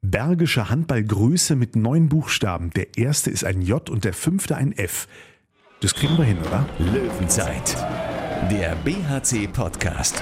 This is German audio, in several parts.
Bergische Handballgröße mit 9 Buchstaben. Der erste ist ein J und der 5. ein F. Das kriegen wir hin, oder? Löwenzeit, der BHC-Podcast.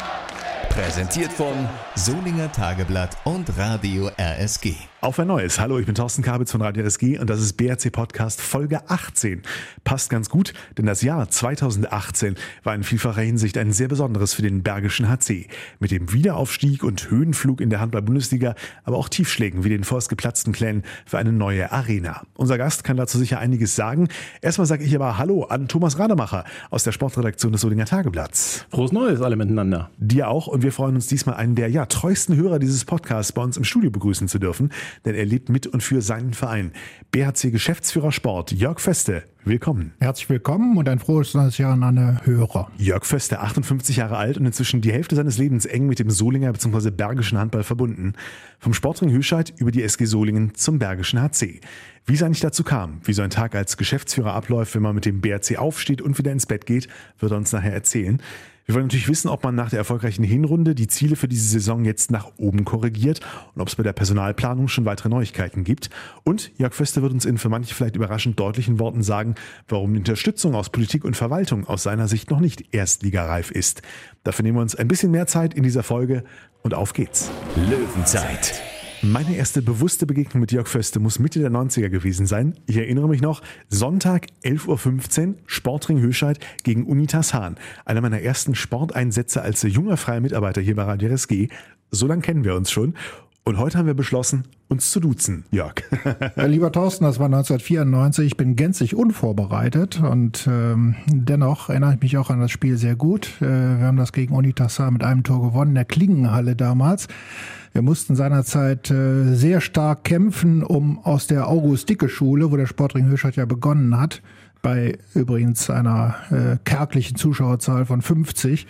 Präsentiert von Solinger Tageblatt und Radio RSG. Auf ein neues. Hallo, ich bin Thorsten Kabitz von Radio RSG und das ist BHC Podcast Folge 18. Passt ganz gut, denn das Jahr 2018 war in vielfacher Hinsicht ein sehr besonderes für den Bergischen HC. Mit dem Wiederaufstieg und Höhenflug in der Handball-Bundesliga, aber auch Tiefschlägen wie den vorerst geplatzten Plänen für eine neue Arena. Unser Gast kann dazu sicher einiges sagen. Erstmal sage ich aber Hallo an Thomas Rademacher aus der Sportredaktion des Solinger Tageblatts. Frohes Neues alle miteinander. Dir auch, und wir freuen uns diesmal einen der treuesten Hörer dieses Podcasts bei uns im Studio begrüßen zu dürfen, denn er lebt mit und für seinen Verein. BHC-Geschäftsführer Sport, Jörg Föste. Willkommen. Herzlich willkommen und ein frohes neues Jahr an alle Hörer. Jörg Föste, 58 Jahre alt und inzwischen die Hälfte seines Lebens eng mit dem Solinger bzw. Bergischen Handball verbunden. Vom Sportring Höscheid über die SG Solingen zum Bergischen HC. Wie es eigentlich dazu kam, wie so ein Tag als Geschäftsführer abläuft, wenn man mit dem BHC aufsteht und wieder ins Bett geht, wird er uns nachher erzählen. Wir wollen natürlich wissen, ob man nach der erfolgreichen Hinrunde die Ziele für diese Saison jetzt nach oben korrigiert und ob es bei der Personalplanung schon weitere Neuigkeiten gibt. Und Jörg Föste wird uns in für manche vielleicht überraschend deutlichen Worten sagen, warum die Unterstützung aus Politik und Verwaltung aus seiner Sicht noch nicht erstligareif ist. Dafür nehmen wir uns ein bisschen mehr Zeit in dieser Folge und auf geht's. Löwenzeit. Meine erste bewusste Begegnung mit Jörg Föste muss Mitte der 90er gewesen sein. Ich erinnere mich noch, Sonntag 11.15 Uhr, Sportring Höscheid gegen Unitas Hahn. Einer meiner ersten Sporteinsätze als junger freier Mitarbeiter hier bei Radio RSG. So lange kennen wir uns schon. Und heute haben wir beschlossen, uns zu duzen, Jörg. Lieber Thorsten, das war 1994. Ich bin gänzlich unvorbereitet und dennoch erinnere ich mich auch an das Spiel sehr gut. Wir haben das gegen Unitas Hahn mit einem Tor gewonnen, in der Klingenhalle damals. Wir mussten seinerzeit sehr stark kämpfen, um aus der August-Dicke-Schule, wo der Sportring Höscheid ja begonnen hat, bei übrigens einer kärglichen Zuschauerzahl von 50,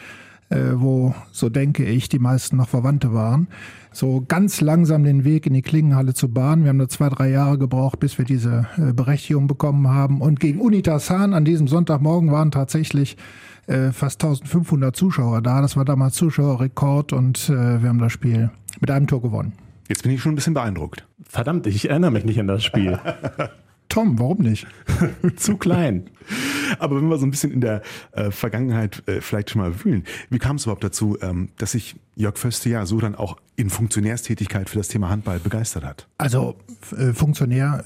wo, so denke ich, die meisten noch Verwandte waren, so ganz langsam den Weg in die Klingenhalle zu bahnen. Wir haben da 2-3 Jahre gebraucht, bis wir diese Berechtigung bekommen haben. Und gegen Unitas Hahn an diesem Sonntagmorgen waren tatsächlich fast 1500 Zuschauer da. Das war damals Zuschauerrekord und wir haben das Spiel mit einem Tor gewonnen. Jetzt bin ich schon ein bisschen beeindruckt. Verdammt, ich erinnere mich nicht an das Spiel. Tom, warum nicht? Zu klein. Aber wenn wir so ein bisschen in der Vergangenheit vielleicht schon mal wühlen, wie kam es überhaupt dazu, dass sich Jörg Föste ja so dann auch in Funktionärstätigkeit für das Thema Handball begeistert hat? Also Funktionär,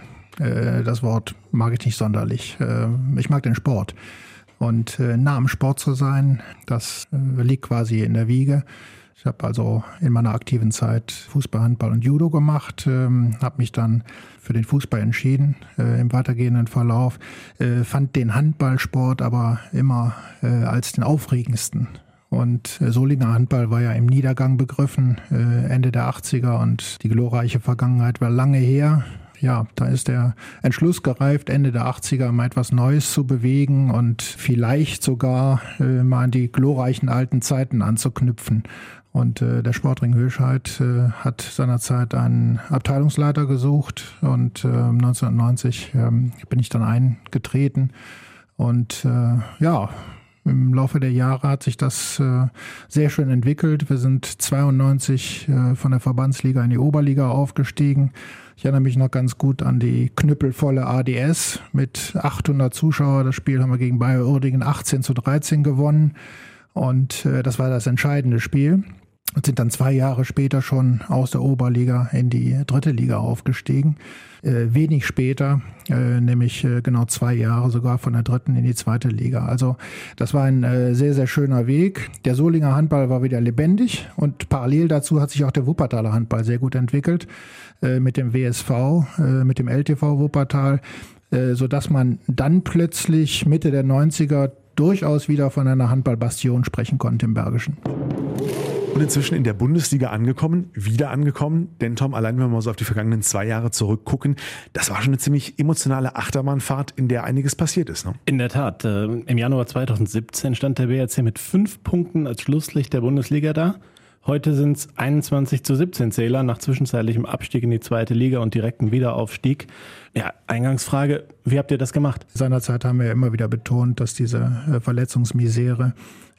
das Wort mag ich nicht sonderlich. Ich mag den Sport. Und nah am Sport zu sein, das liegt quasi in der Wiege. Ich habe also in meiner aktiven Zeit Fußball, Handball und Judo gemacht, habe mich dann für den Fußball entschieden im weitergehenden Verlauf, fand den Handballsport aber immer als den aufregendsten. Und Solinger Handball war ja im Niedergang begriffen, Ende der 80er, und die glorreiche Vergangenheit war lange her. Ja, da ist der Entschluss gereift, Ende der 80er mal etwas Neues zu bewegen und vielleicht sogar mal an die glorreichen alten Zeiten anzuknüpfen. Und der Sportring Höscheid hat seinerzeit einen Abteilungsleiter gesucht und 1990 bin ich dann eingetreten. Und im Laufe der Jahre hat sich das sehr schön entwickelt. Wir sind 92 von der Verbandsliga in die Oberliga aufgestiegen. Ich erinnere mich noch ganz gut an die knüppelvolle ADS mit 800 Zuschauern. Das Spiel haben wir gegen Bayer Uerdingen 18-13 gewonnen. Und das war das entscheidende Spiel. Und sind dann 2 Jahre später schon aus der Oberliga in die 3. Liga aufgestiegen. Wenig später, nämlich genau 2 Jahre sogar von der 3. in die 2. Liga. Also das war ein sehr, sehr schöner Weg. Der Solinger Handball war wieder lebendig und parallel dazu hat sich auch der Wuppertaler Handball sehr gut entwickelt mit dem WSV, mit dem LTV Wuppertal, sodass man dann plötzlich Mitte der 90er durchaus wieder von einer Handballbastion sprechen konnte im Bergischen. Und inzwischen in der Bundesliga angekommen, wieder angekommen. Denn Tom, allein wenn wir mal so auf die vergangenen 2 Jahre zurückgucken, das war schon eine ziemlich emotionale Achterbahnfahrt, in der einiges passiert ist, ne? In der Tat. Im Januar 2017 stand der BHC mit 5 Punkten als Schlusslicht der Bundesliga da. Heute sind es 21-17 Zähler nach zwischenzeitlichem Abstieg in die 2. Liga und direktem Wiederaufstieg. Ja, Eingangsfrage, wie habt ihr das gemacht? Seinerzeit haben wir ja immer wieder betont, dass diese Verletzungsmisere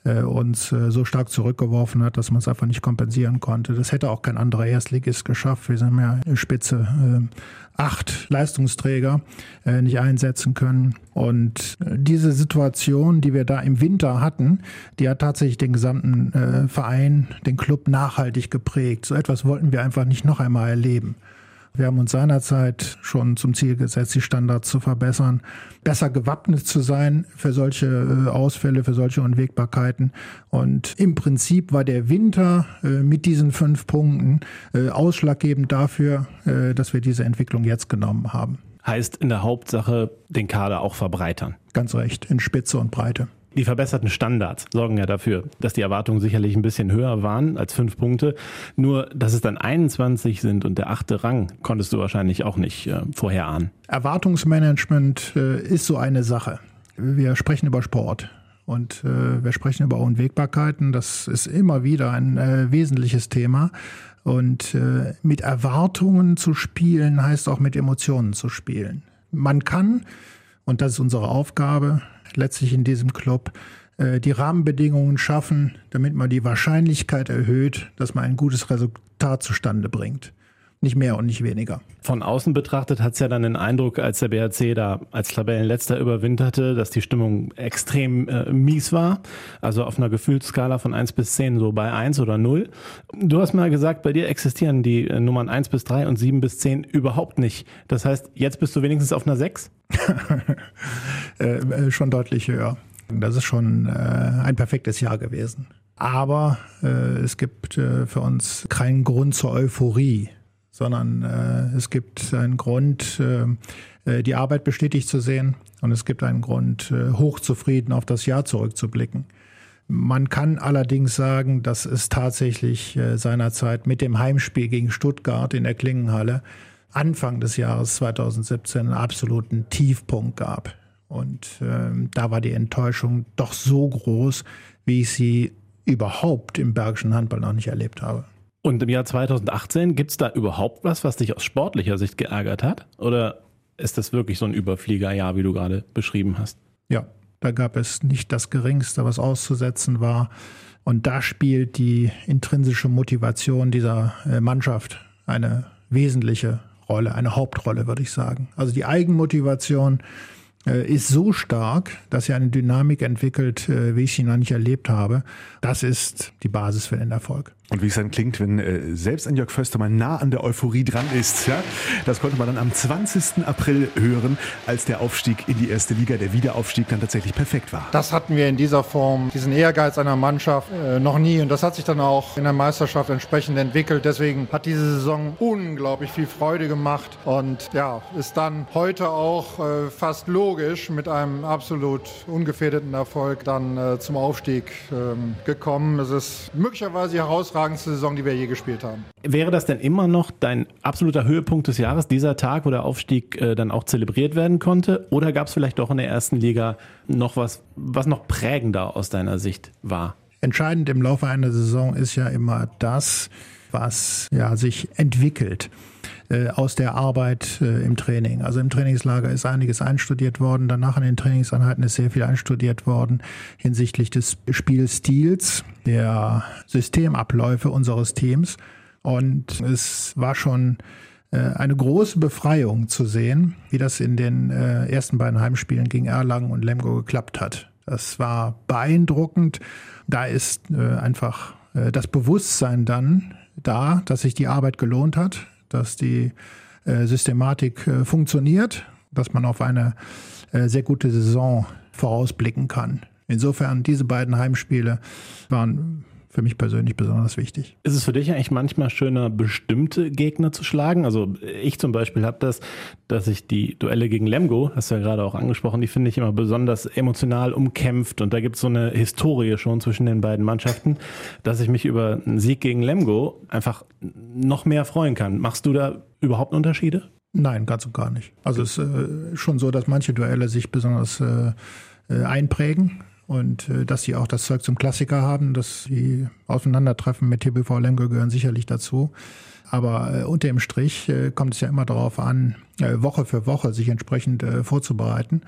uns so stark zurückgeworfen hat, dass man es einfach nicht kompensieren konnte. Das hätte auch kein anderer Erstligist geschafft. Wir sind ja Spitze 8 Leistungsträger nicht einsetzen können. Und diese Situation, die wir da im Winter hatten, die hat tatsächlich den gesamten Verein, den Club nachhaltig geprägt. So etwas wollten wir einfach nicht noch einmal erleben. Wir haben uns seinerzeit schon zum Ziel gesetzt, die Standards zu verbessern, besser gewappnet zu sein für solche Ausfälle, für solche Unwägbarkeiten. Und im Prinzip war der Winter mit diesen 5 Punkten ausschlaggebend dafür, dass wir diese Entwicklung jetzt genommen haben. Heißt in der Hauptsache den Kader auch verbreitern. Ganz recht, in Spitze und Breite. Die verbesserten Standards sorgen ja dafür, dass die Erwartungen sicherlich ein bisschen höher waren als 5 Punkte. Nur, dass es dann 21 sind und der 8. Rang, konntest du wahrscheinlich auch nicht vorher ahnen. Erwartungsmanagement ist so eine Sache. Wir sprechen über Sport und wir sprechen über Unwägbarkeiten. Das ist immer wieder ein wesentliches Thema. Und mit Erwartungen zu spielen, heißt auch mit Emotionen zu spielen. Man kann, und das ist unsere Aufgabe, letztlich in diesem Club die Rahmenbedingungen schaffen, damit man die Wahrscheinlichkeit erhöht, dass man ein gutes Resultat zustande bringt. Nicht mehr und nicht weniger. Von außen betrachtet hat es ja dann den Eindruck, als der BHC da als Tabellenletzter überwinterte, dass die Stimmung extrem mies war. Also auf einer Gefühlsskala von 1 bis 10 so bei 1 oder 0. Du hast mal gesagt, bei dir existieren die Nummern 1 bis 3 und 7 bis 10 überhaupt nicht. Das heißt, jetzt bist du wenigstens auf einer 6? Schon deutlich höher. Das ist schon ein perfektes Jahr gewesen. Aber es gibt für uns keinen Grund zur Euphorie, sondern es gibt einen Grund, die Arbeit bestätigt zu sehen, und es gibt einen Grund, hochzufrieden auf das Jahr zurückzublicken. Man kann allerdings sagen, dass es tatsächlich seinerzeit mit dem Heimspiel gegen Stuttgart in der Klingenhalle Anfang des Jahres 2017 einen absoluten Tiefpunkt gab. Und da war die Enttäuschung doch so groß, wie ich sie überhaupt im bergischen Handball noch nicht erlebt habe. Und im Jahr 2018, gibt es da überhaupt was dich aus sportlicher Sicht geärgert hat? Oder ist das wirklich so ein Überfliegerjahr, wie du gerade beschrieben hast? Ja, da gab es nicht das Geringste, was auszusetzen war. Und da spielt die intrinsische Motivation dieser Mannschaft eine wesentliche Rolle, eine Hauptrolle, würde ich sagen. Also die Eigenmotivation ist so stark, dass sie eine Dynamik entwickelt, wie ich sie noch nicht erlebt habe. Das ist die Basis für den Erfolg. Und wie es dann klingt, wenn selbst ein Jörg Förster mal nah an der Euphorie dran ist. Ja? Das konnte man dann am 20. April hören, als der Aufstieg in die erste Liga, der Wiederaufstieg dann tatsächlich perfekt war. Das hatten wir in dieser Form, diesen Ehrgeiz einer Mannschaft noch nie. Und das hat sich dann auch in der Meisterschaft entsprechend entwickelt. Deswegen hat diese Saison unglaublich viel Freude gemacht. Und ja, ist dann heute auch fast logisch mit einem absolut ungefährdeten Erfolg dann zum Aufstieg gekommen. Es ist möglicherweise die herausragendste Saison, die wir je gespielt haben. Wäre das denn immer noch dein absoluter Höhepunkt des Jahres, dieser Tag, wo der Aufstieg dann auch zelebriert werden konnte? Oder gab es vielleicht doch in der ersten Liga noch was noch prägender aus deiner Sicht war? Entscheidend im Laufe einer Saison ist ja immer das, was sich entwickelt aus der Arbeit im Training. Also im Trainingslager ist einiges einstudiert worden, danach in den Trainingseinheiten ist sehr viel einstudiert worden hinsichtlich des Spielstils, der Systemabläufe unseres Teams. Und es war schon eine große Befreiung zu sehen, wie das in den ersten beiden Heimspielen gegen Erlangen und Lemgo geklappt hat. Das war beeindruckend. Da ist einfach das Bewusstsein dann da, dass sich die Arbeit gelohnt hat, dass die Systematik funktioniert, dass man auf eine sehr gute Saison vorausblicken kann. Insofern, diese beiden Heimspiele waren für mich persönlich besonders wichtig. Ist es für dich eigentlich manchmal schöner, bestimmte Gegner zu schlagen? Also ich zum Beispiel habe das, dass ich die Duelle gegen Lemgo, hast du ja gerade auch angesprochen, die finde ich immer besonders emotional umkämpft und da gibt es so eine Historie schon zwischen den beiden Mannschaften, dass ich mich über einen Sieg gegen Lemgo einfach noch mehr freuen kann. Machst du da überhaupt Unterschiede? Nein, ganz und gar nicht. Also es ist schon so, dass manche Duelle sich besonders einprägen. Und dass sie auch das Zeug zum Klassiker haben, dass die Aufeinandertreffen mit TBV Lemgo gehören sicherlich dazu. Aber unter dem Strich kommt es ja immer darauf an, Woche für Woche sich entsprechend vorzubereiten.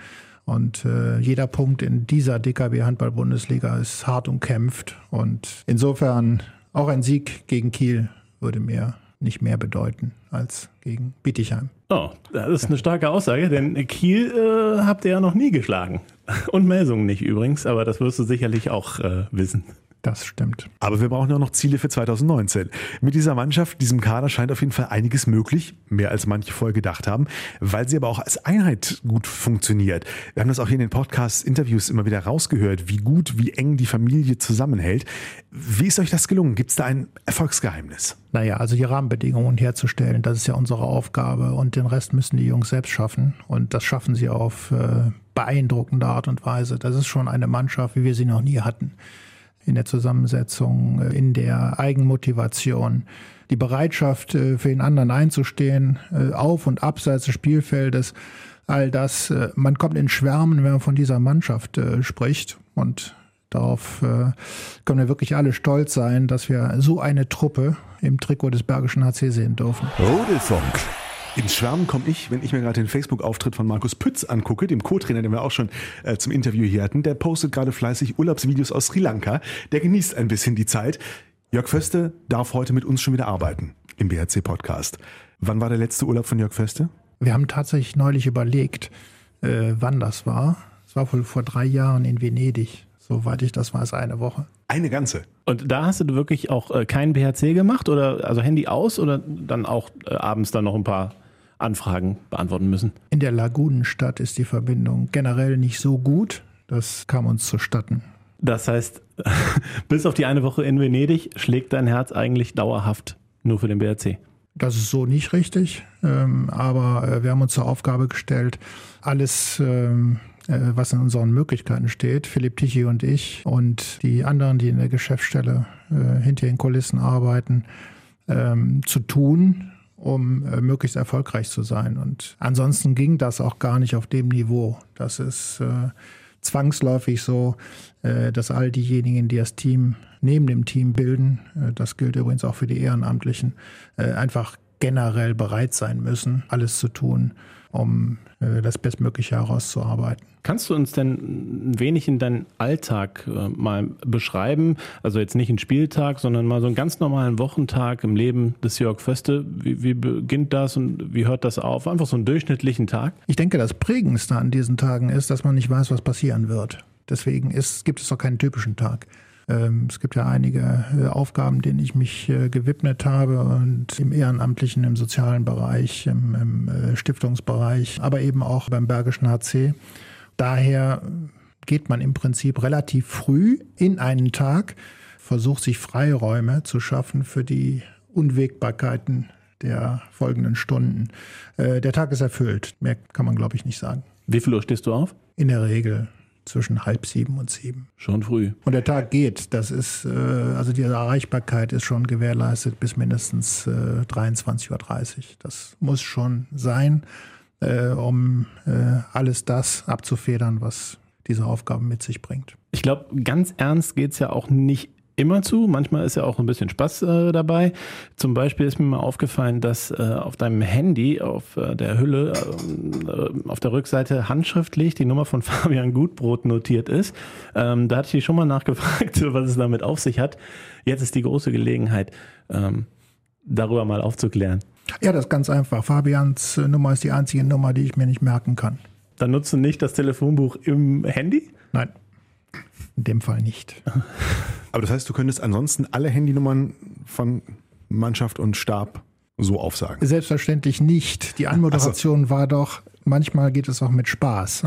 Und jeder Punkt in dieser DKB-Handball-Bundesliga ist hart umkämpft. Und insofern auch ein Sieg gegen Kiel würde mir nicht mehr bedeuten als gegen Bietigheim. Oh, das ist eine starke Aussage, denn Kiel habt ihr ja noch nie geschlagen. Und Melsungen nicht übrigens, aber das wirst du sicherlich auch wissen. Das stimmt. Aber wir brauchen ja noch Ziele für 2019. Mit dieser Mannschaft, diesem Kader scheint auf jeden Fall einiges möglich, mehr als manche vorher gedacht haben, weil sie aber auch als Einheit gut funktioniert. Wir haben das auch hier in den Podcast-Interviews immer wieder rausgehört, wie gut, wie eng die Familie zusammenhält. Wie ist euch das gelungen? Gibt es da ein Erfolgsgeheimnis? Naja, also die Rahmenbedingungen herzustellen, das ist ja unsere Aufgabe und den Rest müssen die Jungs selbst schaffen und das schaffen sie auf beeindruckende Art und Weise. Das ist schon eine Mannschaft, wie wir sie noch nie hatten. In der Zusammensetzung, in der Eigenmotivation, die Bereitschaft für den anderen einzustehen, auf und abseits des Spielfeldes, all das, man kommt in Schwärmen, wenn man von dieser Mannschaft spricht und darauf können wir wirklich alle stolz sein, dass wir so eine Truppe im Trikot des Bergischen HC sehen dürfen. Rudelfunk. Ins Schwärmen komme ich, wenn ich mir gerade den Facebook-Auftritt von Markus Pütz angucke, dem Co-Trainer, den wir auch schon zum Interview hier hatten. Der postet gerade fleißig Urlaubsvideos aus Sri Lanka. Der genießt ein bisschen die Zeit. Jörg Föste darf heute mit uns schon wieder arbeiten im BHC-Podcast. Wann war der letzte Urlaub von Jörg Föste? Wir haben tatsächlich neulich überlegt, wann das war. Es war wohl vor 3 Jahren in Venedig. Soweit ich das weiß, eine Woche. Eine ganze. Und da hast du wirklich auch kein BHC gemacht oder also Handy aus oder dann auch abends dann noch ein paar Anfragen beantworten müssen? In der Lagunenstadt ist die Verbindung generell nicht so gut. Das kam uns zustatten. Das heißt, bis auf die eine Woche in Venedig schlägt dein Herz eigentlich dauerhaft nur für den BHC. Das ist so nicht richtig, aber wir haben uns zur Aufgabe gestellt, alles, was in unseren Möglichkeiten steht, Philipp Tichy und ich und die anderen, die in der Geschäftsstelle hinter den Kulissen arbeiten, zu tun, um möglichst erfolgreich zu sein. Und ansonsten ging das auch gar nicht auf dem Niveau. Das ist zwangsläufig so, dass all diejenigen, die das Team neben dem Team bilden, das gilt übrigens auch für die Ehrenamtlichen, einfach generell bereit sein müssen, alles zu tun, um das Bestmögliche herauszuarbeiten. Kannst du uns denn ein wenig in deinen Alltag mal beschreiben? Also jetzt nicht einen Spieltag, sondern mal so einen ganz normalen Wochentag im Leben des Jörg Föste. Wie beginnt das und wie hört das auf? Einfach so einen durchschnittlichen Tag? Ich denke, das Prägendste an diesen Tagen ist, dass man nicht weiß, was passieren wird. Deswegen gibt es auch keinen typischen Tag. Es gibt ja einige Aufgaben, denen ich mich gewidmet habe und im Ehrenamtlichen, im sozialen Bereich, im Stiftungsbereich, aber eben auch beim Bergischen HC. Daher geht man im Prinzip relativ früh in einen Tag, versucht sich Freiräume zu schaffen für die Unwägbarkeiten der folgenden Stunden. Der Tag ist erfüllt, mehr kann man glaube ich nicht sagen. Wie viel Uhr stehst du auf? In der Regel zwischen 6:30 und 7. Schon früh. Und der Tag geht. Das ist, also die Erreichbarkeit ist schon gewährleistet bis mindestens 23:30 Uhr. Das muss schon sein, um alles das abzufedern, was diese Aufgaben mit sich bringt. Ich glaube, ganz ernst geht es ja auch nicht immer zu. Manchmal ist ja auch ein bisschen Spaß dabei. Zum Beispiel ist mir mal aufgefallen, dass auf deinem Handy, auf der Hülle, auf der Rückseite handschriftlich die Nummer von Fabian Gutbrot notiert ist. Da hatte ich dich schon mal nachgefragt, was es damit auf sich hat. Jetzt ist die große Gelegenheit, darüber mal aufzuklären. Ja, das ist ganz einfach. Fabians Nummer ist die einzige Nummer, die ich mir nicht merken kann. Dann nutzt du nicht das Telefonbuch im Handy? Nein, in dem Fall nicht. Aber das heißt, du könntest ansonsten alle Handynummern von Mannschaft und Stab so aufsagen? Selbstverständlich nicht. Die Anmoderation war doch, manchmal geht es auch mit Spaß.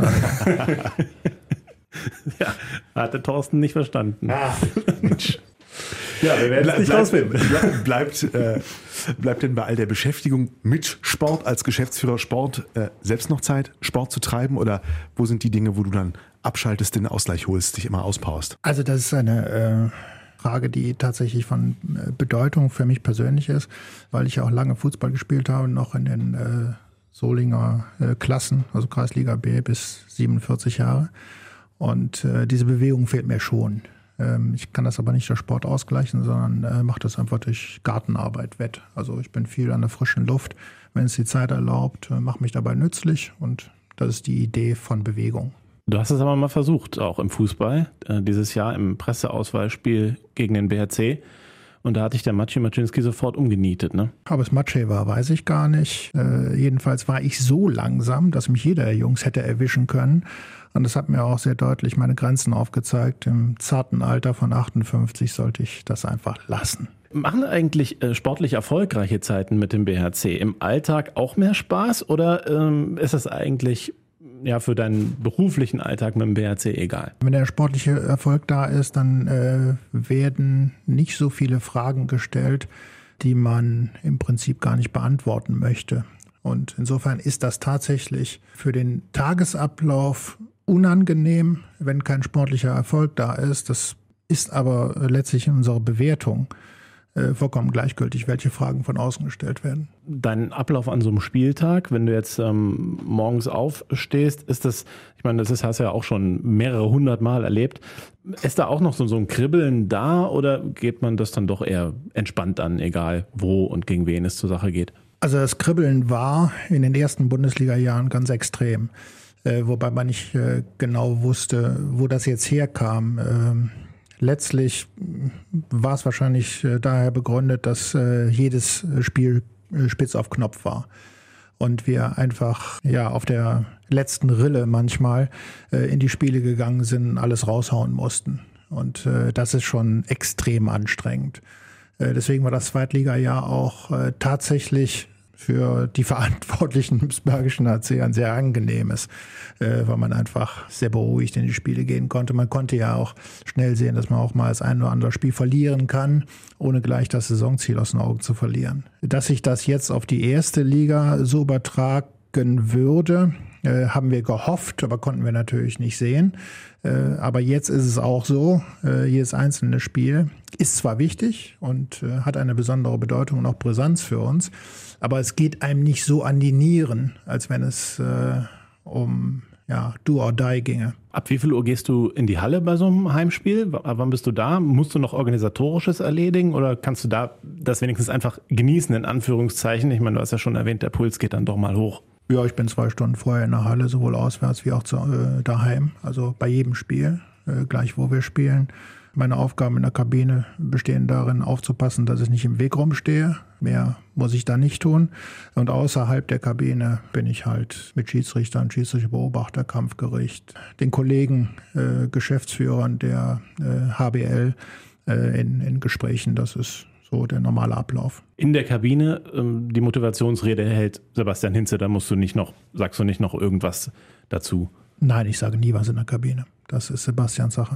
Ja, hatte Thorsten nicht verstanden. Mensch. Ja, wir werden es nicht rausfinden. Bleibt denn bei all der Beschäftigung mit Sport als Geschäftsführer Sport selbst noch Zeit, Sport zu treiben? Oder wo sind die Dinge, wo du dann abschaltest, den Ausgleich holst, dich immer auspowerst? Also das ist eine Frage, die tatsächlich von Bedeutung für mich persönlich ist, weil ich ja auch lange Fußball gespielt habe, noch in den Solinger Klassen, also Kreisliga B bis 47 Jahre. Und diese Bewegung fehlt mir schon. Ich kann das aber nicht durch Sport ausgleichen, sondern mache das einfach durch Gartenarbeit wett. Also ich bin viel an der frischen Luft, wenn es die Zeit erlaubt, mache mich dabei nützlich und das ist die Idee von Bewegung. Du hast es aber mal versucht, auch im Fußball, dieses Jahr im Presseauswahlspiel gegen den BHC. Und da hatte ich der Maciej Maczyński sofort umgenietet, ne? Ob es Maciej war, weiß ich gar nicht. Jedenfalls war ich so langsam, dass mich jeder der Jungs hätte erwischen können. Und das hat mir auch sehr deutlich meine Grenzen aufgezeigt. Im zarten Alter von 58 sollte ich das einfach lassen. Machen eigentlich sportlich erfolgreiche Zeiten mit dem BHC im Alltag auch mehr Spaß oder ist das eigentlich für deinen beruflichen Alltag mit dem BHC egal? Wenn der sportliche Erfolg da ist, dann werden nicht so viele Fragen gestellt, die man im Prinzip gar nicht beantworten möchte. Und insofern ist das tatsächlich für den Tagesablauf unangenehm, wenn kein sportlicher Erfolg da ist. Das ist aber letztlich in unserer Bewertung vollkommen gleichgültig, welche Fragen von außen gestellt werden. Dein Ablauf an so einem Spieltag, wenn du jetzt morgens aufstehst, ist das, ich meine, hast du ja auch schon mehrere 100 Mal erlebt, ist da auch noch so ein Kribbeln da oder geht man das dann doch eher entspannt an, egal wo und gegen wen es zur Sache geht? Also das Kribbeln war in den ersten Bundesliga-Jahren ganz extrem, wobei man nicht genau wusste, wo das jetzt herkam. Letztlich war es wahrscheinlich daher begründet, dass jedes Spiel spitz auf Knopf war. Und wir einfach auf der letzten Rille manchmal in die Spiele gegangen sind, alles raushauen mussten. Und das ist schon extrem anstrengend. Deswegen war das Zweitliga-Jahr auch tatsächlich für die Verantwortlichen im Bergischen HC ein sehr angenehmes, weil man einfach sehr beruhigt in die Spiele gehen konnte. Man konnte ja auch schnell sehen, dass man auch mal das ein oder andere Spiel verlieren kann, ohne gleich das Saisonziel aus den Augen zu verlieren. Dass sich das jetzt auf die erste Liga so übertragen würde, haben wir gehofft, aber konnten wir natürlich nicht sehen. Aber jetzt ist es auch so, jedes einzelne Spiel ist zwar wichtig und hat eine besondere Bedeutung und auch Brisanz für uns, aber es geht einem nicht so an die Nieren, als wenn es um do or die ginge. Ab wie viel Uhr gehst du in die Halle bei so einem Heimspiel? Wann bist du da? Musst du noch Organisatorisches erledigen oder kannst du da das wenigstens einfach genießen, in Anführungszeichen? Ich meine, du hast ja schon erwähnt, der Puls geht dann doch mal hoch. Ja, ich bin 2 Stunden vorher in der Halle, sowohl auswärts wie auch daheim. Also bei jedem Spiel, gleich wo wir spielen. Meine Aufgaben in der Kabine bestehen darin, aufzupassen, dass ich nicht im Weg rumstehe. Mehr muss ich da nicht tun. Und außerhalb der Kabine bin ich halt mit Schiedsrichtern, Schiedsrichterbeobachter, Kampfgericht, den Kollegen, Geschäftsführern der HBL in Gesprächen. Das ist so der normale Ablauf. In der Kabine, die Motivationsrede hält Sebastian Hinze, da sagst du nicht noch irgendwas dazu? Nein, ich sage nie was in der Kabine. Das ist Sebastians Sache.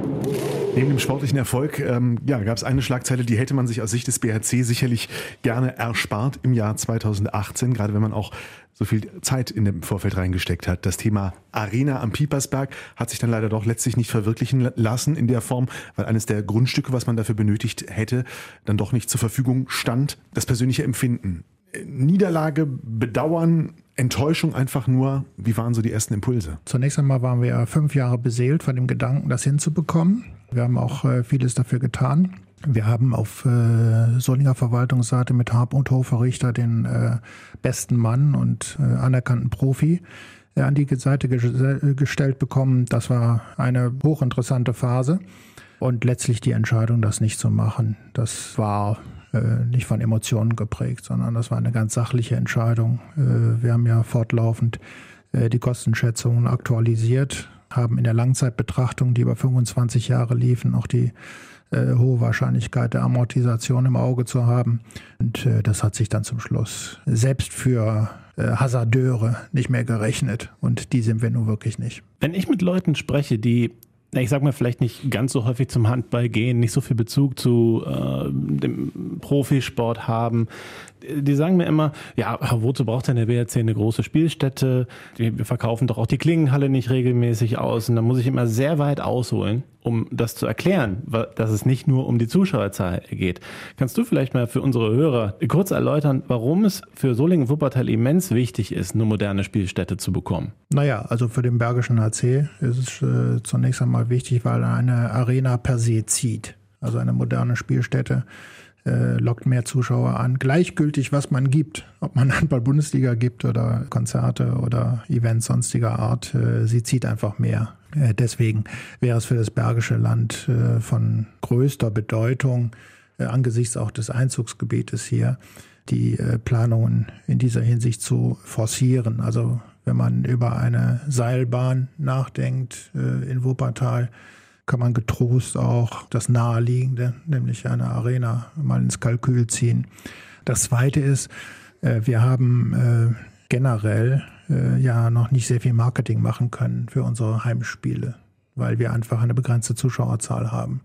Neben dem sportlichen Erfolg gab es eine Schlagzeile, die hätte man sich aus Sicht des BHC sicherlich gerne erspart im Jahr 2018, gerade wenn man auch so viel Zeit in dem Vorfeld reingesteckt hat. Das Thema Arena am Piepersberg hat sich dann leider doch letztlich nicht verwirklichen lassen in der Form, weil eines der Grundstücke, was man dafür benötigt hätte, dann doch nicht zur Verfügung stand. Das persönliche Empfinden. Niederlage, Bedauern, Enttäuschung einfach nur. Wie waren so die ersten Impulse? Zunächst einmal waren wir 5 Jahre beseelt von dem Gedanken, das hinzubekommen. Wir haben auch vieles dafür getan. Wir haben auf Solinger Verwaltungsseite mit Hab- und Hofverrichter den besten Mann und anerkannten Profi an die Seite gestellt bekommen. Das war eine hochinteressante Phase. Und letztlich die Entscheidung, das nicht zu machen, das war nicht von Emotionen geprägt, sondern das war eine ganz sachliche Entscheidung. Wir haben ja fortlaufend die Kostenschätzungen aktualisiert, haben in der Langzeitbetrachtung, die über 25 Jahre liefen, auch die hohe Wahrscheinlichkeit der Amortisation im Auge zu haben. Und das hat sich dann zum Schluss selbst für Hasardeure nicht mehr gerechnet. Und die sind wir nun wirklich nicht. Wenn ich mit Leuten spreche, die, ich sag mal, vielleicht nicht ganz so häufig zum Handball gehen, nicht so viel Bezug zu dem Profisport haben, die sagen mir immer, ja, wozu braucht denn der BHC eine große Spielstätte? Wir verkaufen doch auch die Klingenhalle nicht regelmäßig aus. Und da muss ich immer sehr weit ausholen, um das zu erklären, dass es nicht nur um die Zuschauerzahl geht. Kannst du vielleicht mal für unsere Hörer kurz erläutern, warum es für Solingen-Wuppertal immens wichtig ist, eine moderne Spielstätte zu bekommen? Naja, also für den Bergischen HC ist es zunächst einmal wichtig, weil eine Arena per se zieht. Also eine moderne Spielstätte lockt mehr Zuschauer an. Gleichgültig, was man gibt, ob man Handball-Bundesliga gibt oder Konzerte oder Events sonstiger Art, sie zieht einfach mehr. Deswegen wäre es für das Bergische Land von größter Bedeutung, angesichts auch des Einzugsgebietes hier, die Planungen in dieser Hinsicht zu forcieren. Also wenn man über eine Seilbahn nachdenkt in Wuppertal, kann man getrost auch das Naheliegende, nämlich eine Arena, mal ins Kalkül ziehen. Das Zweite ist, wir haben generell ja noch nicht sehr viel Marketing machen können für unsere Heimspiele, weil wir einfach eine begrenzte Zuschauerzahl haben.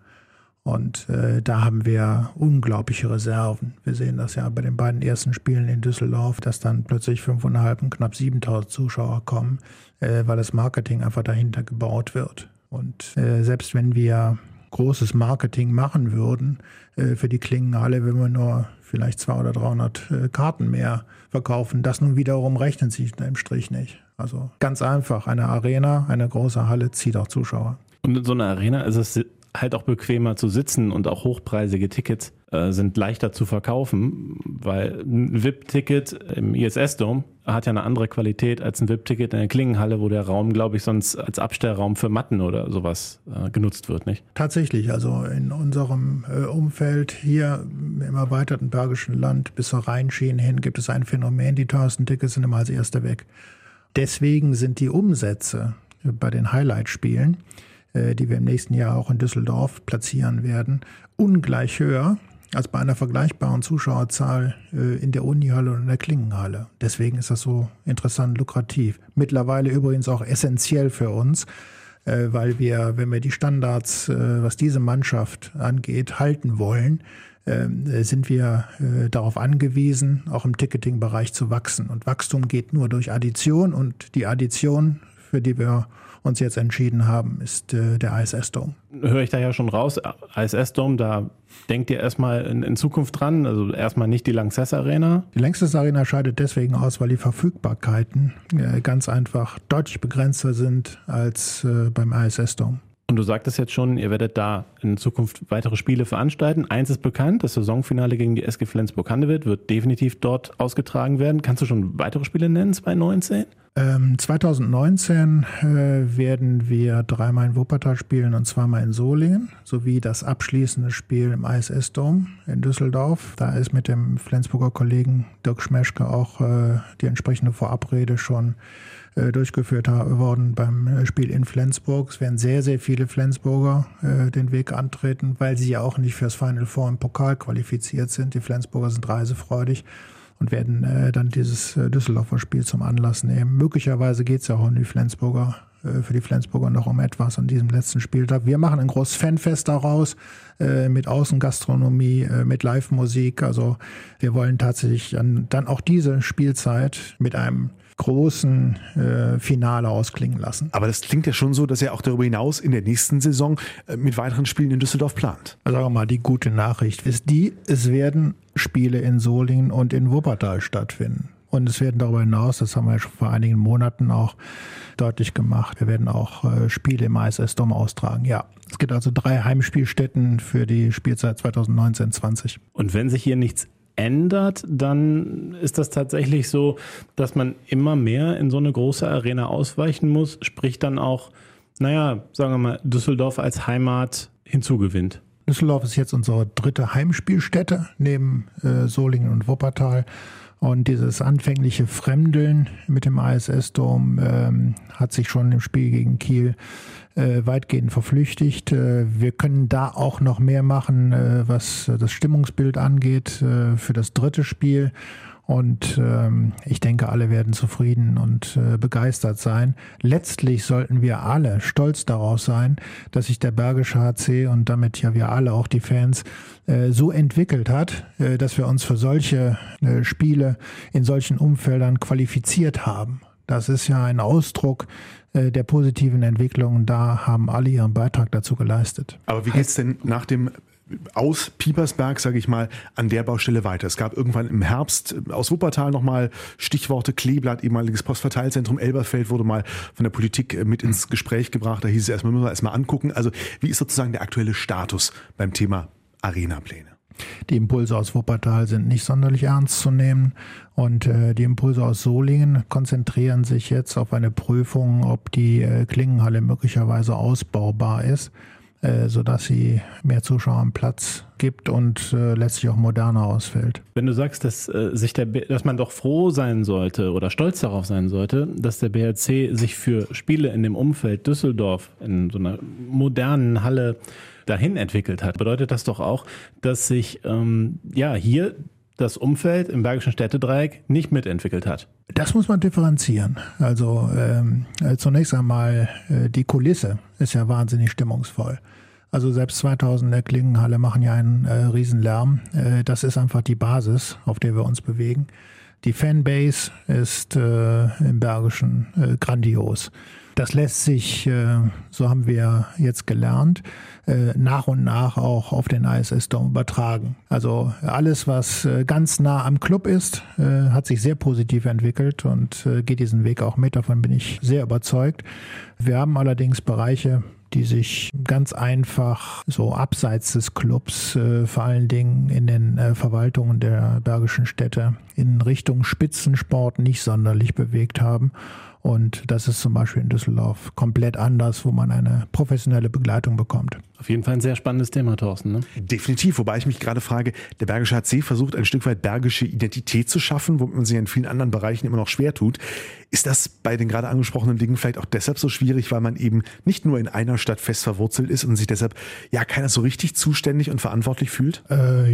Und da haben wir unglaubliche Reserven. Wir sehen das ja bei den beiden ersten Spielen in Düsseldorf, dass dann plötzlich 5.500 und knapp 7.000 Zuschauer kommen, weil das Marketing einfach dahinter gebaut wird. Und selbst wenn wir großes Marketing machen würden für die Klingenhalle, wenn wir nur vielleicht 200 oder 300 Karten mehr verkaufen, das nun wiederum rechnet sich im Strich nicht. Also ganz einfach, eine Arena, eine große Halle zieht auch Zuschauer. Und in so einer Arena ist es halt auch bequemer zu sitzen und auch hochpreisige Tickets sind leichter zu verkaufen, weil ein VIP-Ticket im ISS-Dom hat ja eine andere Qualität als ein VIP-Ticket in der Klingenhalle, wo der Raum, glaube ich, sonst als Abstellraum für Matten oder sowas genutzt wird, nicht? Tatsächlich, also in unserem Umfeld hier im erweiterten Bergischen Land bis zur Rheinschiene hin gibt es ein Phänomen, die teuersten Tickets sind immer als erste weg. Deswegen sind die Umsätze bei den Highlight-Spielen, die wir im nächsten Jahr auch in Düsseldorf platzieren werden, ungleich höher als bei einer vergleichbaren Zuschauerzahl in der Unihalle und in der Klingenhalle. Deswegen ist das so interessant, lukrativ. Mittlerweile übrigens auch essentiell für uns, weil wir, wenn wir die Standards, was diese Mannschaft angeht, halten wollen, sind wir darauf angewiesen, auch im Ticketing-Bereich zu wachsen. Und Wachstum geht nur durch Addition, und die Addition, für die wir uns jetzt entschieden haben, ist der ISS-Dom. Höre ich da ja schon raus, ISS-Dom, da denkt ihr erstmal in Zukunft dran, also erstmal nicht die Lanxess Arena? Die Lanxess Arena scheidet deswegen aus, weil die Verfügbarkeiten ganz einfach deutlich begrenzter sind als beim ISS-Dom. Und du sagtest jetzt schon, ihr werdet da in Zukunft weitere Spiele veranstalten. Eins ist bekannt, das Saisonfinale gegen die SG Flensburg-Handewitt wird definitiv dort ausgetragen werden. Kannst du schon weitere Spiele nennen, 2019? 2019 werden wir 3-mal in Wuppertal spielen und 2-mal in Solingen, sowie das abschließende Spiel im ISS-Dom in Düsseldorf. Da ist mit dem Flensburger Kollegen Dirk Schmeschke auch die entsprechende Vorabrede schon durchgeführt worden beim Spiel in Flensburg. Es werden sehr, sehr viele Flensburger den Weg antreten, weil sie ja auch nicht fürs Final Four im Pokal qualifiziert sind. Die Flensburger sind reisefreudig und werden dann dieses Düsseldorfer Spiel zum Anlass nehmen. Möglicherweise geht es ja auch für die Flensburger noch um etwas an diesem letzten Spieltag. Wir machen ein großes Fanfest daraus mit Außengastronomie, mit Live-Musik. Also wir wollen tatsächlich dann auch diese Spielzeit mit einem großen Finale ausklingen lassen. Aber das klingt ja schon so, dass er auch darüber hinaus in der nächsten Saison mit weiteren Spielen in Düsseldorf plant. Also sagen wir mal, die gute Nachricht ist es werden Spiele in Solingen und in Wuppertal stattfinden. Und es werden darüber hinaus, das haben wir ja schon vor einigen Monaten auch deutlich gemacht, wir werden auch Spiele im ISS-Dom austragen. Ja, es gibt also 3 Heimspielstätten für die Spielzeit 2019-20. Und wenn sich hier nichts ändert, dann ist das tatsächlich so, dass man immer mehr in so eine große Arena ausweichen muss, sprich dann auch, sagen wir mal, Düsseldorf als Heimat hinzugewinnt. Düsseldorf ist jetzt unsere 3. Heimspielstätte neben Solingen und Wuppertal. Und dieses anfängliche Fremdeln mit dem ISS-Dom hat sich schon im Spiel gegen Kiel weitgehend verflüchtigt. Wir können da auch noch mehr machen, was das Stimmungsbild angeht für das 3. Spiel. Und ich denke, alle werden zufrieden und begeistert sein. Letztlich sollten wir alle stolz darauf sein, dass sich der Bergische HC und damit ja wir alle, auch die Fans, so entwickelt hat, dass wir uns für solche Spiele in solchen Umfeldern qualifiziert haben. Das ist ja ein Ausdruck der positiven Entwicklung. Da haben alle ihren Beitrag dazu geleistet. Aber wie geht es denn nach dem aus Piepersberg, sage ich mal, an der Baustelle weiter? Es gab irgendwann im Herbst aus Wuppertal nochmal Stichworte Kleeblatt, ehemaliges Postverteilzentrum Elberfeld wurde mal von der Politik mit ins Gespräch gebracht. Da hieß es müssen wir erstmal angucken. Also wie ist sozusagen der aktuelle Status beim Thema Arenapläne? Die Impulse aus Wuppertal sind nicht sonderlich ernst zu nehmen und die Impulse aus Solingen konzentrieren sich jetzt auf eine Prüfung, ob die Klingenhalle möglicherweise ausbaubar ist, sodass sie mehr Zuschauer am Platz gibt und letztlich auch moderner ausfällt. Wenn du sagst, dass man doch froh sein sollte oder stolz darauf sein sollte, dass der BHC sich für Spiele in dem Umfeld Düsseldorf in so einer modernen Halle dahin entwickelt hat, bedeutet das doch auch, dass sich hier das Umfeld im Bergischen Städtedreieck nicht mitentwickelt hat. Das muss man differenzieren. Also zunächst einmal die Kulisse ist ja wahnsinnig stimmungsvoll. Also selbst 2000 in der Klingenhalle machen ja einen Riesenlärm. Das ist einfach die Basis, auf der wir uns bewegen. Die Fanbase ist im Bergischen grandios. Das lässt sich, so haben wir jetzt gelernt, nach und nach auch auf den ISS-Dome übertragen. Also alles, was ganz nah am Club ist, hat sich sehr positiv entwickelt und geht diesen Weg auch mit. Davon bin ich sehr überzeugt. Wir haben allerdings Bereiche, die sich ganz einfach so abseits des Clubs, vor allen Dingen in den Verwaltungen der bergischen Städte, in Richtung Spitzensport nicht sonderlich bewegt haben. Und das ist zum Beispiel in Düsseldorf komplett anders, wo man eine professionelle Begleitung bekommt. Auf jeden Fall ein sehr spannendes Thema, Thorsten. Ne? Definitiv, wobei ich mich gerade frage, der Bergische HC versucht ein Stück weit bergische Identität zu schaffen, womit man sich in vielen anderen Bereichen immer noch schwer tut. Ist das bei den gerade angesprochenen Dingen vielleicht auch deshalb so schwierig, weil man eben nicht nur in einer Stadt fest verwurzelt ist und sich deshalb ja keiner so richtig zuständig und verantwortlich fühlt?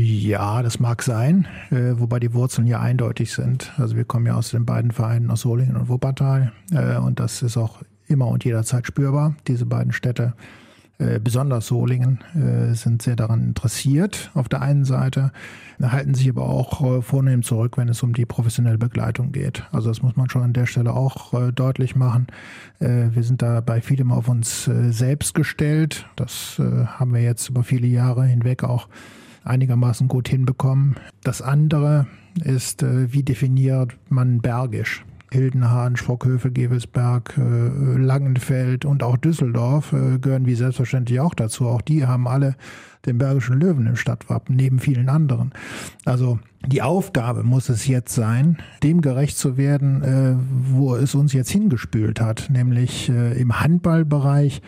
Ja, das mag sein, wobei die Wurzeln ja eindeutig sind. Also wir kommen ja aus den beiden Vereinen, aus Solingen und Wuppertal, und das ist auch immer und jederzeit spürbar. Diese beiden Städte, besonders Solingen, sind sehr daran interessiert. Auf der einen Seite halten sich aber auch vornehm zurück, wenn es um die professionelle Begleitung geht. Also das muss man schon an der Stelle auch deutlich machen. Wir sind da bei vielem auf uns selbst gestellt. Das haben wir jetzt über viele Jahre hinweg auch einigermaßen gut hinbekommen. Das andere ist, wie definiert man bergisch? Hildenhahn, Sprockhövel, Gevelsberg, Langenfeld und auch Düsseldorf gehören wie selbstverständlich auch dazu. Auch die haben alle den Bergischen Löwen im Stadtwappen, neben vielen anderen. Also die Aufgabe muss es jetzt sein, dem gerecht zu werden, wo es uns jetzt hingespült hat, nämlich im Handballbereich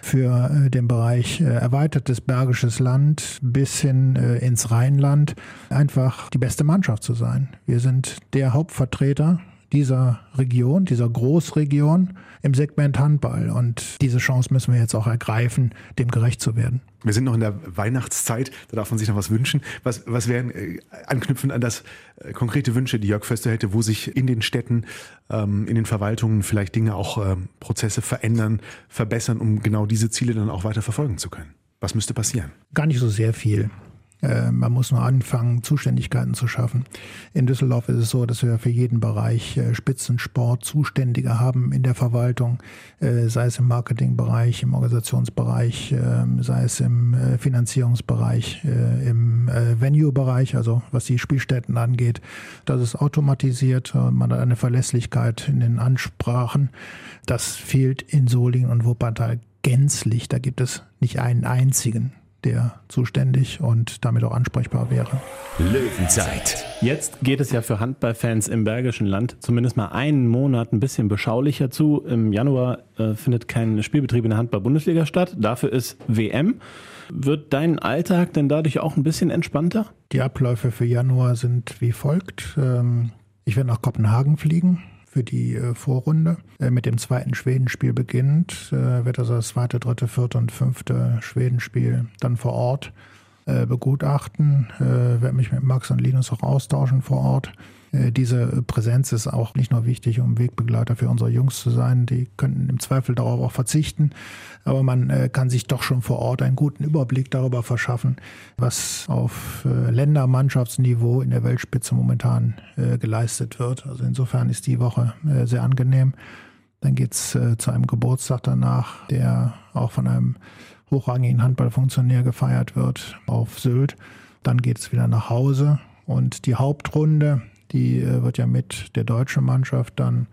für den Bereich erweitertes Bergisches Land bis hin ins Rheinland einfach die beste Mannschaft zu sein. Wir sind der Hauptvertreter dieser Region, dieser Großregion im Segment Handball. Und diese Chance müssen wir jetzt auch ergreifen, dem gerecht zu werden. Wir sind noch in der Weihnachtszeit, da darf man sich noch was wünschen. Was wären anknüpfend an das konkrete Wünsche, die Jörg Föster hätte, wo sich in den Städten, in den Verwaltungen vielleicht Dinge auch Prozesse verändern, verbessern, um genau diese Ziele dann auch weiter verfolgen zu können? Was müsste passieren? Gar nicht so sehr viel. Man muss nur anfangen, Zuständigkeiten zu schaffen. In Düsseldorf ist es so, dass wir für jeden Bereich Spitzensport Zuständige haben in der Verwaltung, sei es im Marketingbereich, im Organisationsbereich, sei es im Finanzierungsbereich, im Venue-Bereich, also was die Spielstätten angeht. Das ist automatisiert, man hat eine Verlässlichkeit in den Ansprachen. Das fehlt in Solingen und Wuppertal gänzlich. Da gibt es nicht einen einzigen, der zuständig und damit auch ansprechbar wäre. Löwenzeit. Jetzt geht es ja für Handballfans im Bergischen Land zumindest mal einen Monat ein bisschen beschaulicher zu. Im Januar findet kein Spielbetrieb in der Handball-Bundesliga statt. Dafür ist WM. Wird dein Alltag denn dadurch auch ein bisschen entspannter? Die Abläufe für Januar sind wie folgt. Ich werde nach Kopenhagen fliegen für die Vorrunde. Mit dem zweiten Schwedenspiel beginnt, wird also das zweite, dritte, vierte und fünfte Schwedenspiel dann vor Ort begutachten. Werde mich mit Max und Linus auch austauschen vor Ort. Diese Präsenz ist auch nicht nur wichtig, um Wegbegleiter für unsere Jungs zu sein. Die könnten im Zweifel darauf auch verzichten. Aber man kann sich doch schon vor Ort einen guten Überblick darüber verschaffen, was auf Ländermannschaftsniveau in der Weltspitze momentan geleistet wird. Also insofern ist die Woche sehr angenehm. Dann geht's zu einem Geburtstag danach, der auch von einem hochrangigen Handballfunktionär gefeiert wird, auf Sylt. Dann geht's wieder nach Hause und die Hauptrunde, die wird ja mit der deutschen Mannschaft dann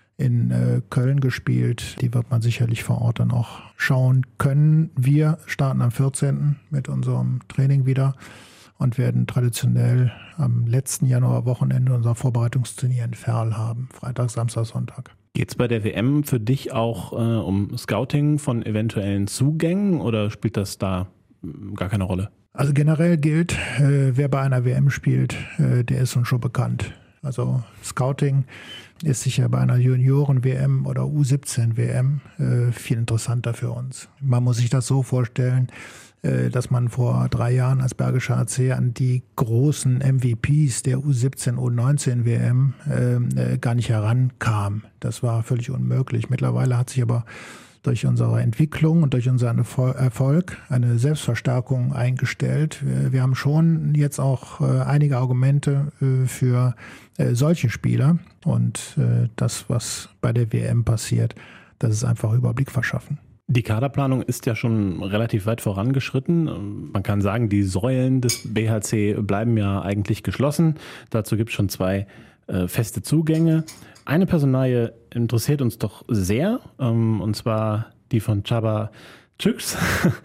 in Köln gespielt. Die wird man sicherlich vor Ort dann auch schauen können. Wir starten am 14. mit unserem Training wieder und werden traditionell am letzten Januarwochenende unser Vorbereitungsturnier in Verl haben. Freitag, Samstag, Sonntag. Geht es bei der WM für dich auch um Scouting von eventuellen Zugängen oder spielt das da gar keine Rolle? Also generell gilt, wer bei einer WM spielt, der ist uns schon bekannt. Also Scouting ist sicher bei einer Junioren-WM oder U17-WM viel interessanter für uns. Man muss sich das so vorstellen, dass man vor 3 Jahren als Bergischer HC an die großen MVPs der U17, U19 WM gar nicht herankam. Das war völlig unmöglich. Mittlerweile hat sich aber durch unsere Entwicklung und durch unseren Erfolg eine Selbstverstärkung eingestellt. Wir haben schon jetzt auch einige Argumente für solche Spieler. Und das, was bei der WM passiert, das ist einfach Überblick verschaffen. Die Kaderplanung ist ja schon relativ weit vorangeschritten. Man kann sagen, die Säulen des BHC bleiben ja eigentlich geschlossen. Dazu gibt es schon 2 feste Zugänge. Eine Personalie interessiert uns doch sehr, und zwar die von Csaba Csüks.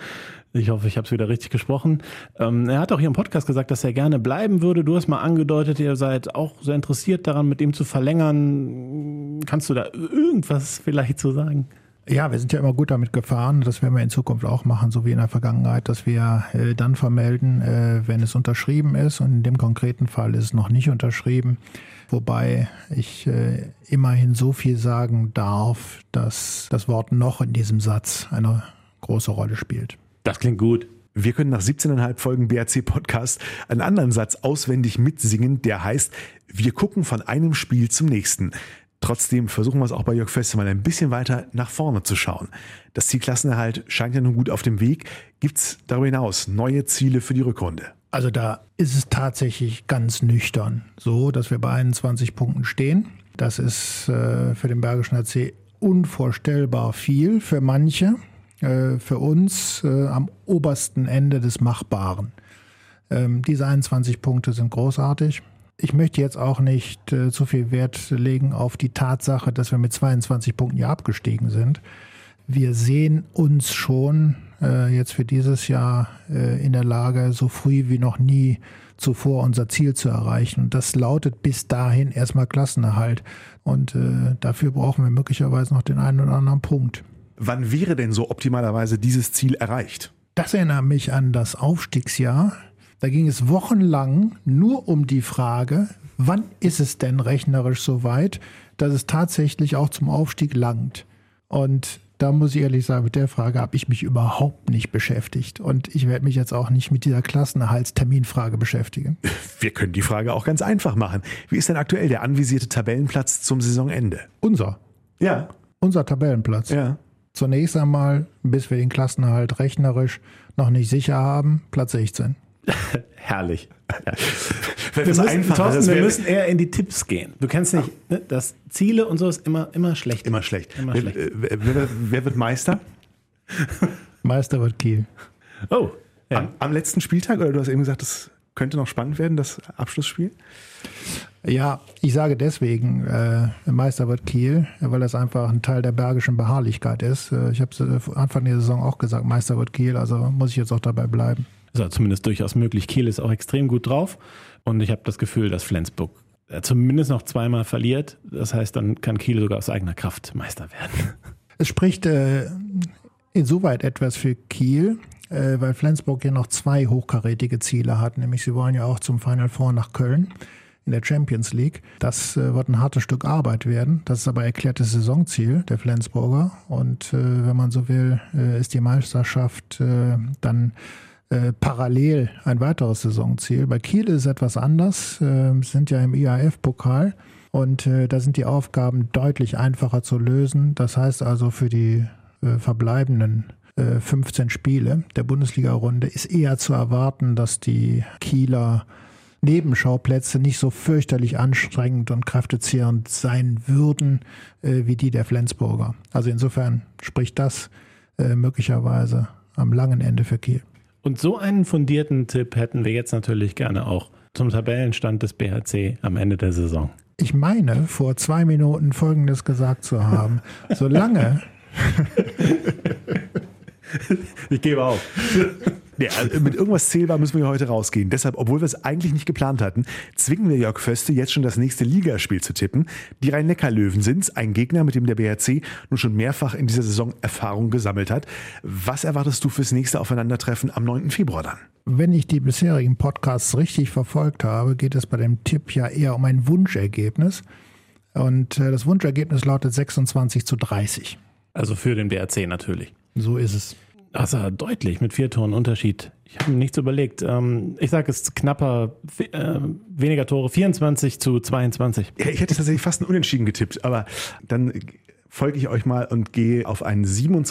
Ich hoffe, ich habe es wieder richtig gesprochen. Er hat auch hier im Podcast gesagt, dass er gerne bleiben würde. Du hast mal angedeutet, ihr seid auch sehr interessiert daran, mit ihm zu verlängern. Kannst du da irgendwas vielleicht zu sagen? Ja, wir sind ja immer gut damit gefahren. Das werden wir in Zukunft auch machen, so wie in der Vergangenheit, dass wir dann vermelden, wenn es unterschrieben ist. Und in dem konkreten Fall ist es noch nicht unterschrieben. Wobei ich immerhin so viel sagen darf, dass das Wort noch in diesem Satz eine große Rolle spielt. Das klingt gut. Wir können nach 17,5 Folgen BRC-Podcast einen anderen Satz auswendig mitsingen, der heißt, wir gucken von einem Spiel zum nächsten. Trotzdem versuchen wir es auch bei Jörg Föste mal ein bisschen weiter nach vorne zu schauen. Das Ziel Klassenerhalt scheint ja nun gut auf dem Weg. Gibt es darüber hinaus neue Ziele für die Rückrunde? Also da ist es tatsächlich ganz nüchtern so, dass wir bei 21 Punkten stehen. Das ist für den Bergischen HC unvorstellbar viel für manche. Für uns am obersten Ende des Machbaren. Diese 21 Punkte sind großartig. Ich möchte jetzt auch nicht zu viel Wert legen auf die Tatsache, dass wir mit 22 Punkten ja abgestiegen sind. Wir sehen uns schon jetzt für dieses Jahr in der Lage, so früh wie noch nie zuvor unser Ziel zu erreichen. Und das lautet bis dahin erstmal Klassenerhalt. Und dafür brauchen wir möglicherweise noch den einen oder anderen Punkt. Wann wäre denn so optimalerweise dieses Ziel erreicht? Das erinnert mich an das Aufstiegsjahr. Da ging es wochenlang nur um die Frage, wann ist es denn rechnerisch so weit, dass es tatsächlich auch zum Aufstieg langt. Und da muss ich ehrlich sagen, mit der Frage habe ich mich überhaupt nicht beschäftigt. Und ich werde mich jetzt auch nicht mit dieser Klassenerhaltsterminfrage beschäftigen. Wir können die Frage auch ganz einfach machen. Wie ist denn aktuell der anvisierte Tabellenplatz zum Saisonende? Unser Tabellenplatz. Ja. Zunächst einmal, bis wir den Klassenerhalt rechnerisch noch nicht sicher haben, Platz 16. Herrlich. Wir müssen eher in die Tipps gehen. Du kennst nicht, ne? Das Ziele und so ist immer schlecht. Immer schlecht. Wer wird Meister? Meister wird Kiel. Oh. Ja. Am letzten Spieltag? Oder du hast eben gesagt, das könnte noch spannend werden, das Abschlussspiel? Ja, ich sage deswegen, Meister wird Kiel, weil das einfach ein Teil der bergischen Beharrlichkeit ist. Ich habe es Anfang der Saison auch gesagt, Meister wird Kiel, also muss ich jetzt auch dabei bleiben. Ist ja zumindest durchaus möglich. Kiel ist auch extrem gut drauf und ich habe das Gefühl, dass Flensburg zumindest noch 2-mal verliert. Das heißt, dann kann Kiel sogar aus eigener Kraft Meister werden. Es spricht insoweit etwas für Kiel, weil Flensburg ja noch 2 hochkarätige Ziele hat. Nämlich sie wollen ja auch zum Final Four nach Köln in der Champions League. Das wird ein hartes Stück Arbeit werden. Das ist aber erklärtes Saisonziel der Flensburger. Und wenn man so will, ist die Meisterschaft dann parallel ein weiteres Saisonziel. Bei Kiel ist es etwas anders. Sind ja im IAF-Pokal und da sind die Aufgaben deutlich einfacher zu lösen. Das heißt also für die verbleibenden 15 Spiele der Bundesliga-Runde ist eher zu erwarten, dass die Kieler Nebenschauplätze nicht so fürchterlich anstrengend und kräftezehrend sein würden wie die der Flensburger. Also insofern spricht das möglicherweise am langen Ende für Kiel. Und so einen fundierten Tipp hätten wir jetzt natürlich gerne auch zum Tabellenstand des BHC am Ende der Saison. Ich meine, vor 2 Minuten Folgendes gesagt zu haben. Solange... Ich gebe auf. Ja, also mit irgendwas zählbar müssen wir heute rausgehen. Deshalb, obwohl wir es eigentlich nicht geplant hatten, zwingen wir Jörg Föste jetzt schon das nächste Ligaspiel zu tippen. Die Rhein-Neckar-Löwen sind's, ein Gegner, mit dem der BHC nun schon mehrfach in dieser Saison Erfahrung gesammelt hat. Was erwartest du fürs nächste Aufeinandertreffen am 9. Februar dann? Wenn ich die bisherigen Podcasts richtig verfolgt habe, geht es bei dem Tipp ja eher um ein Wunschergebnis. Und das Wunschergebnis lautet 26:30. Also für den BRC natürlich. So ist es. Also deutlich, mit 4 Toren Unterschied. Ich habe mir nichts überlegt. Ich sage es knapper, weniger Tore, 24:22. Ja, ich hätte tatsächlich fast ein Unentschieden getippt, aber dann folge ich euch mal und gehe auf einen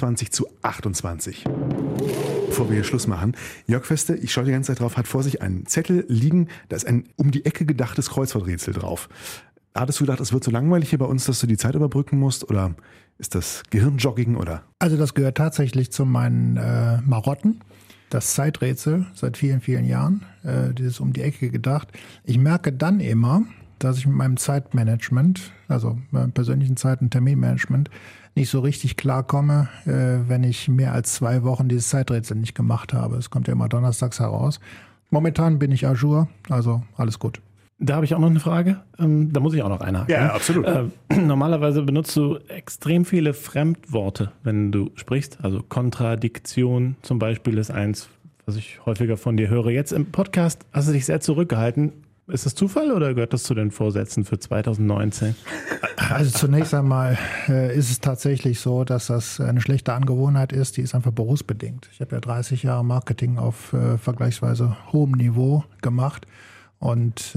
27:28. Bevor wir hier Schluss machen. Jörg Föste, ich schaue die ganze Zeit drauf, hat vor sich einen Zettel liegen, da ist ein um die Ecke gedachtes Kreuzworträtsel drauf. Hattest du gedacht, es wird so langweilig hier bei uns, dass du die Zeit überbrücken musst? Oder ist das Gehirnjogging? Oder? Also das gehört tatsächlich zu meinen Marotten. Das Zeiträtsel seit vielen, vielen Jahren. Dieses um die Ecke gedacht. Ich merke dann immer, dass ich mit meinem Zeitmanagement, also meinem persönlichen Zeit- und Terminmanagement, nicht so richtig klarkomme, wenn ich mehr als 2 Wochen dieses Zeiträtsel nicht gemacht habe. Es kommt ja immer donnerstags heraus. Momentan bin ich à jour, also alles gut. Da habe ich auch noch eine Frage. Da muss ich auch noch einhaken. Ja, absolut. Normalerweise benutzt du extrem viele Fremdworte, wenn du sprichst. Also Kontradiktion zum Beispiel ist eins, was ich häufiger von dir höre. Jetzt im Podcast hast du dich sehr zurückgehalten. Ist das Zufall oder gehört das zu den Vorsätzen für 2019? Also zunächst einmal ist es tatsächlich so, dass das eine schlechte Angewohnheit ist. Die ist einfach berufsbedingt. Ich habe ja 30 Jahre Marketing auf vergleichsweise hohem Niveau gemacht. Und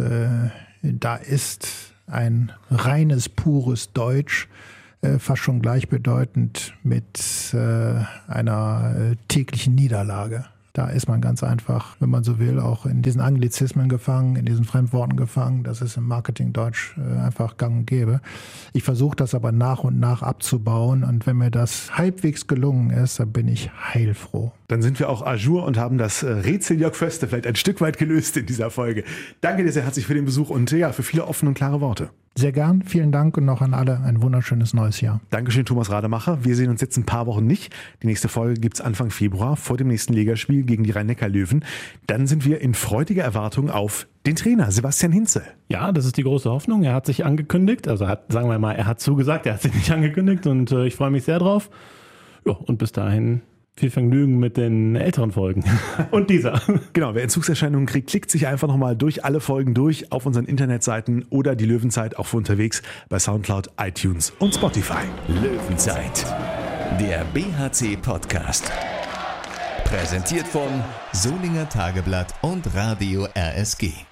da ist ein reines, pures Deutsch fast schon gleichbedeutend mit einer täglichen Niederlage. Da ist man ganz einfach, wenn man so will, auch in diesen Anglizismen gefangen, in diesen Fremdworten gefangen. Das ist im Marketingdeutsch einfach gang und gäbe. Ich versuche das aber nach und nach abzubauen. Und wenn mir das halbwegs gelungen ist, dann bin ich heilfroh. Dann sind wir auch à jour und haben das Rätsel Jörg Föste vielleicht ein Stück weit gelöst in dieser Folge. Danke dir sehr herzlich für den Besuch und ja, für viele offene und klare Worte. Sehr gern, vielen Dank und noch an alle ein wunderschönes neues Jahr. Dankeschön, Thomas Rademacher. Wir sehen uns jetzt ein paar Wochen nicht. Die nächste Folge gibt's Anfang Februar vor dem nächsten Ligaspiel gegen die Rhein-Neckar-Löwen. Dann sind wir in freudiger Erwartung auf den Trainer Sebastian Hinze. Ja, das ist die große Hoffnung. Er hat sich angekündigt, also sagen wir mal, er hat zugesagt, er hat sich nicht angekündigt und ich freue mich sehr drauf. Ja, und bis dahin viel Vergnügen mit den älteren Folgen und dieser. Genau, wer Entzugserscheinungen kriegt, klickt sich einfach nochmal durch alle Folgen durch auf unseren Internetseiten oder die Löwenzeit auch für unterwegs bei Soundcloud, iTunes und Spotify. Löwenzeit, der BHC-Podcast. Präsentiert von Solinger Tageblatt und Radio RSG.